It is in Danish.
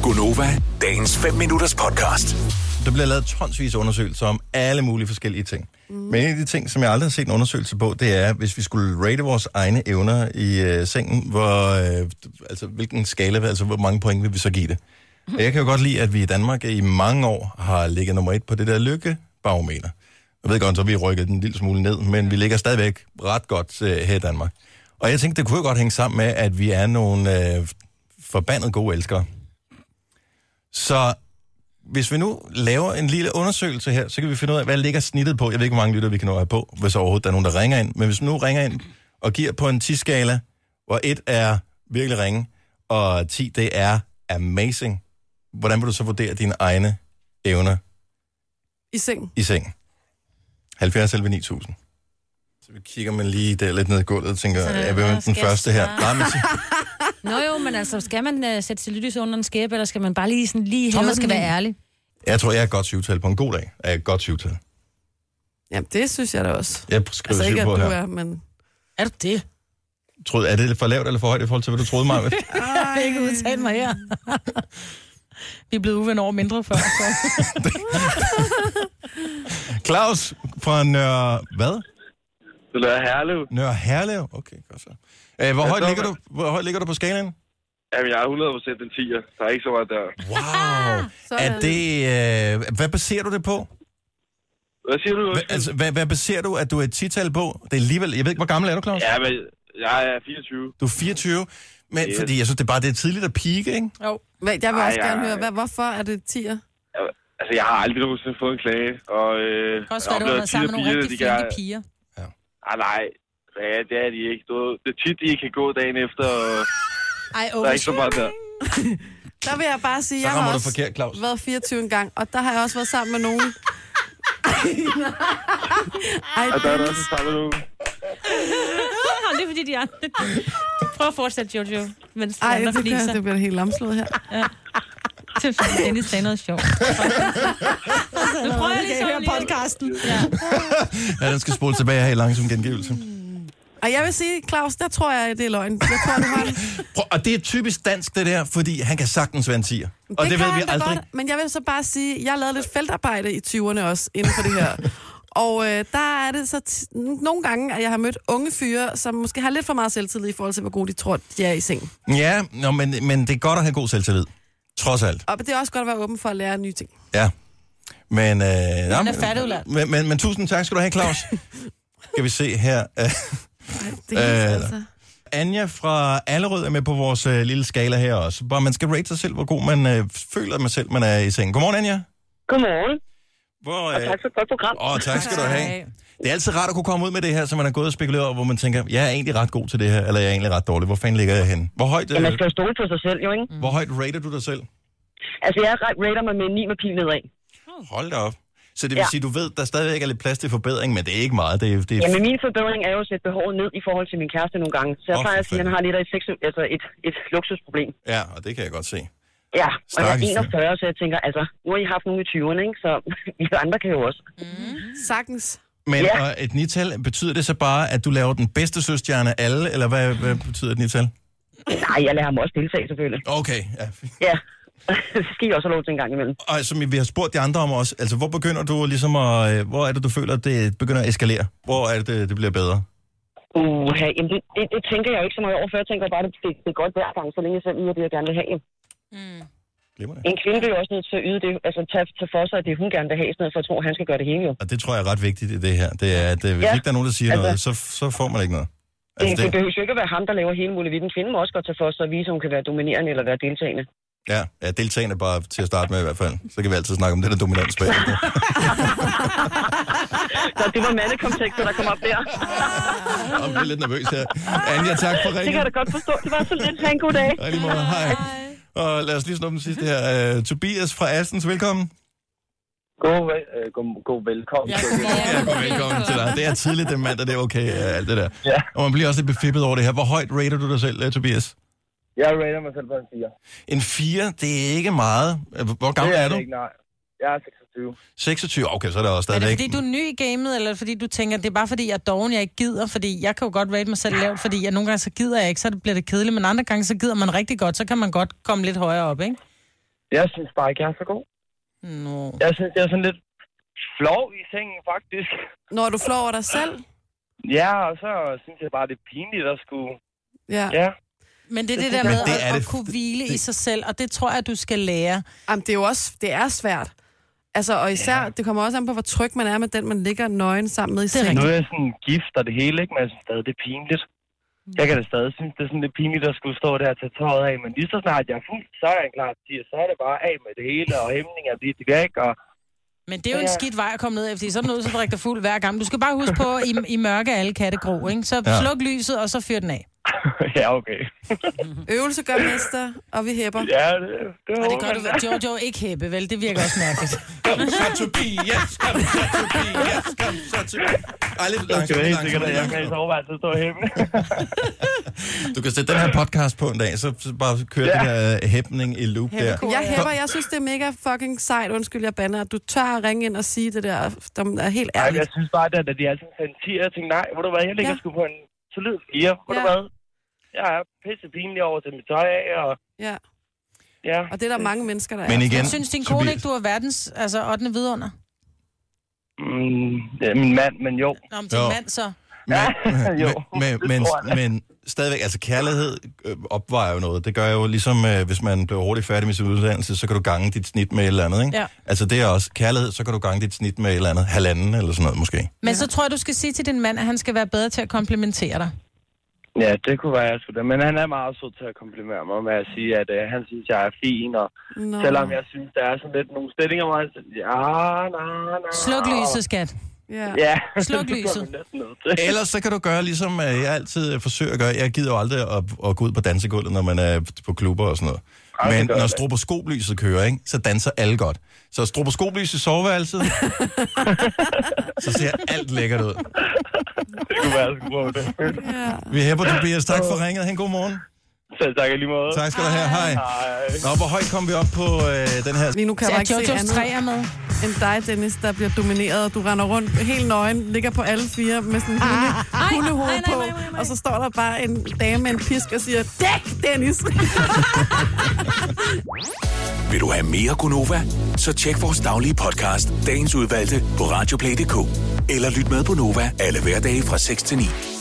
Gonova, dagens 5 minutters podcast. Der bliver lavet tonsvis af undersøgelser om alle mulige forskellige ting. Men en af de ting, som jeg aldrig har set en undersøgelse på, det er, hvis vi skulle rate vores egne evner i sengen, altså hvilken skala, altså hvor mange point vil vi så give det. Jeg kan jo godt lide, at vi i Danmark i mange år har ligget nummer 1 på det der lykkebarometer. Jeg ved godt, så vi rykket den en lille smule ned, men vi ligger stadigvæk ret godt her i Danmark. Og jeg tænkte, det kunne jo godt hænge sammen med, at vi er nogle forbandet gode elskere. Så hvis vi nu laver en lille undersøgelse her, så kan vi finde ud af, hvad ligger snittet på. Jeg ved ikke, hvor mange lytter vi kan nå have på, hvis overhovedet der er nogen, der ringer ind. Men hvis vi nu ringer ind og giver på en 10-skala, hvor 1 er virkelig ringe, og 10 det er amazing, hvordan vil du så vurdere dine egne evner? I seng. 70 11 9000. Så vi kigger man lige der lidt ned i gulvet og tænker, er vi den første her? Jo, men altså, skal man sætte sig lyttes under en skæbe, eller skal man bare lige sådan lige... Jeg tror, man skal være ærlig. Jeg tror, jeg er et godt 7-tal. På en god dag er jeg et godt 7-tal. Jamen, det synes jeg da også. Jeg skriver altså ikke, på at du her. er, men... Er du det? Er det for lavt eller for højt i forhold til, hvad du troede mig? Jeg har ikke udtalt mig her. Vi er blevet uvenner over mindre før. Så. Claus fra Nørre... Hvad? Nørre Herlev. Nørre Herlev? Okay, godt så. Hvor højt ligger du på skalaen? Jamen, jeg er 100% en 10'er. Der er ikke så meget der. Wow! Er det... hvad baserer du det på? Hvad siger du? Hvad baserer du, at du er et 10-tal på? Det er alligevel... Jeg ved ikke, hvor gammel er du, Claus? Ja, men jeg er 24. Du er 24? Men yes. Fordi jeg synes, det er tidligt at peake, ikke? Jo. Jeg vil også gerne høre, hvorfor er det 10'er? Altså, jeg har aldrig nogensinde fået en klage. Og det kan også være, du har været sammen med nogle rigtig flinke piger. Ja. Nej. Ja, det er de ikke. Det er tit, de ikke kan gå dagen efter, og der er ikke så meget der. Der vil jeg bare sige, jeg har også forkert, Claus. været 24 en gang, og der har jeg også været sammen med nogen. Og der er også sammen med nogen. Det er fordi, de andre... Prøv at fortsætte, Jojo. Det bliver helt lamslået her. Ja. Dennis sagde noget sjovt. Nu prøver jeg lige så høre podcasten. Ja, den skal spole tilbage her i langsom gengivelse. Og jeg vil sige, Claus, der tror jeg, det er løgn. Jeg tror, du har det. Og det er typisk dansk, det der, fordi han kan sagtens være en 10'er. Og det ved vi aldrig. Godt, men jeg vil så bare sige, jeg har lavet lidt feltarbejde i 20'erne også, inden for det her. Og der er det så nogle gange, at jeg har mødt unge fyre, som måske har lidt for meget selvtillid i forhold til, hvor gode de tror, de er i seng. Ja, men det er godt at have god selvtillid. Trods alt. Og det er også godt at være åben for at lære nye ting. Ja. Men, men tusind tak skal du have, Claus. Skal vi se her. Det er altså. Anja fra Allerød er med på vores lille skala her også. Bare man skal rate sig selv, hvor god man føler man selv, man er i sengen. Godmorgen, Anja. Godmorgen. Og tak for et godt program. Tak skal du have. Det er altid rart at kunne komme ud med det her, så man er gået og spekuleret over, hvor man tænker, jeg er egentlig ret god til det her, eller jeg er egentlig ret dårlig. Hvor fanden ligger jeg henne? Hvor højt... man skal jo stole på sig selv, jo, ikke? Hvor højt rater du dig selv? Altså, jeg rater mig med 9 med pil nedad. Hold da op. Så det vil sige, du ved, der stadigvæk er lidt plads til forbedring, men det er ikke meget. Jamen, min forbedring er jo at sætte behovet ned i forhold til min kæreste nogle gange. Så jeg plejer at sige, at han har lidt af et luksusproblem. Ja, og det kan jeg godt se. Ja, og jeg er 41, så jeg tænker, altså, nu har I haft nogle i 20'erne, ikke? Så vi andre kan jo også. Sagtens. Men et 9-tal, betyder det så bare, at du laver den bedste søstjerne af alle, eller hvad betyder et 9-tal? Nej, jeg lader ham også deltage, selvfølgelig. Okay, ja. Ja, det skal I også have lov til en gang imellem. Og som vi har spurgt de andre om også, altså hvor begynder du ligesom hvor er det, du føler, at det begynder at eskalere? Hvor er det bliver bedre? Jamen det tænker jeg jo ikke så meget over, for jeg tænker bare, at det er godt hver gang, så længe jeg selv yder det, jeg gerne vil have. En kvinde bliver også nødt til at yde det, altså tage for sig, at det hun gerne vil have, i stedet for at tro, at han skal gøre det hele jo. Og det tror jeg er ret vigtigt i det her. Det er, at hvis ikke der er nogen, der siger noget, så får man ikke noget. Altså, det behøver jo ikke at være ham, der laver hele muligheden. En kvinde må også godt tage for sig og vise, at hun kan være dominerende eller være deltagende. Ja, deltagende bare til at starte med i hvert fald. Så kan vi altid snakke om det der dominans bag. Så det var mandekomplekset, der kom op der. Jeg bliver lidt nervøs her. Anja, tak for ringen. Det kan jeg da godt forstå. Det var så lidt. Ha' en god dag. Hej. Og lad os lige snuppe den sidste her. Tobias fra Astens, velkommen. God velkommen. God velkommen til dig. Det er tidligt, det mandag, det er okay, alt det der. Ja. Og man bliver også lidt befippet over det her. Hvor højt rater du dig selv, Tobias? Jeg rater mig selv på en 4. En 4, det er ikke meget. Hvor gammel er du? Ikke, nej. Jeg er 26. 26? Okay, så er det også stadigvæk. Er det fordi, du er ny i gamet, eller fordi du tænker, det er bare fordi, jeg er doven, jeg ikke gider? Fordi jeg kan jo godt rate mig selv lavt, fordi jeg nogle gange så gider jeg ikke, så bliver det kedeligt, men andre gange så gider man rigtig godt, så kan man godt komme lidt højere op, ikke? Jeg synes bare ikke, jeg er så god. No. Jeg synes, jeg er sådan lidt flov i sengen, faktisk. Når du flår over dig selv? Ja, og så synes jeg bare, det er pinligt at skulle... Ja. Men det er det der med at kunne hvile i sig selv, og det tror jeg, du skal lære. Jamen, det er jo også, det er svært. Altså, og især, det kommer også an på, hvor tryg man er med den, man ligger nøgen sammen med i sengen. Nu er jeg sådan gift og det hele, ikke? Men jeg synes stadig, det er pinligt. Jeg kan da stadig synes, det er sådan lidt pinligt at skulle stå der og tage tøjet af. Men lige så snart jeg er fuld, så er jeg klar til, så er det bare af med det hele, og hæmninger bliver det væk, og... Men det er jo en skidt vej at komme ned efter, så er du nødt til at drikke dig fuld hver gang. Du skal bare huske på, i mørke alle katte grå, ikke? Så sluk lyset, og så fyr den af. Ja, okay. Øvelse gør mester, og vi hæpper. Ja, det og det gør du, Jojo, ikke hæppe, vel? Det virker også mærkeligt. Kom så to Tobias, kom så Tobias, kom så Tobias. Ej, lidt langsomt. Jeg kan i soveværelset til at stå og hæppe. Du kan sætte den her podcast på en dag, så bare køre den her hæpning i loop der. Jeg hæpper, jeg synes, det er mega fucking sejt, undskyld, jeg bander, at du tør at ringe ind og sige det der, der er helt ærligt. Jeg synes bare, at de er sådan en 10, jeg tænker, nej, hvor du hvad, jeg ligger sgu på en solid 4, hvor du hvad. Jeg er pisse pinlig over til mit tøj af, og... Ja. Og det er der mange mennesker, der men igen, jeg synes din kone ikke, du er verdens 8. vidunder? Ja, min mand, men jo. Nå, men din mand så? Men stadigvæk, altså kærlighed opvejer jo noget. Det gør jo ligesom, hvis man bliver hurtigt færdig med sin uddannelse, så kan du gange dit snit med et eller andet, ikke? Ja. Altså det er også kærlighed, så kan du gange dit snit med et eller andet, 1,5 eller sådan noget måske. Men så tror jeg, du skal sige til din mand, at han skal være bedre til at komplimentere dig. Ja, det kunne være, jeg skulle da. Men han er meget sød til at komplimentere mig med at sige, at han synes, jeg er fin, og selvom jeg synes, der er sådan lidt nogle stillinger, hvor han siger, sluk lyset, skat. Ja. Sluk lyset. Ellers så kan du gøre, ligesom jeg altid forsøger at gøre. Jeg gider jo aldrig at gå ud på dansegulvet, når man er på klubber og sådan noget. Men når stroboskoplyset kører, ikke, så danser alle godt. Så stroboskoplys i soveværelset, så ser alt lækkert ud. Det kunne være, at jeg skulle det. Vi hæpper, Tobias. Tak for ringet. Ha' en god morgen. Selv tak, lige måde. Tak skal du have. Hej. Nå, hvor højt kom vi op på den her... Lige nu kan jeg ikke se andet med end dig, Dennis, der bliver domineret, og du render rundt helt nøgen, ligger på alle 4 med sådan en hundehoved på, og så står der bare en dame med en pisk og siger, dæk, Dennis! Vil du have mere Gunova? Så tjek vores daglige podcast, dagens udvalgte, på radioplay.dk. Eller lyt med på Nova alle hverdage fra 6 til 9.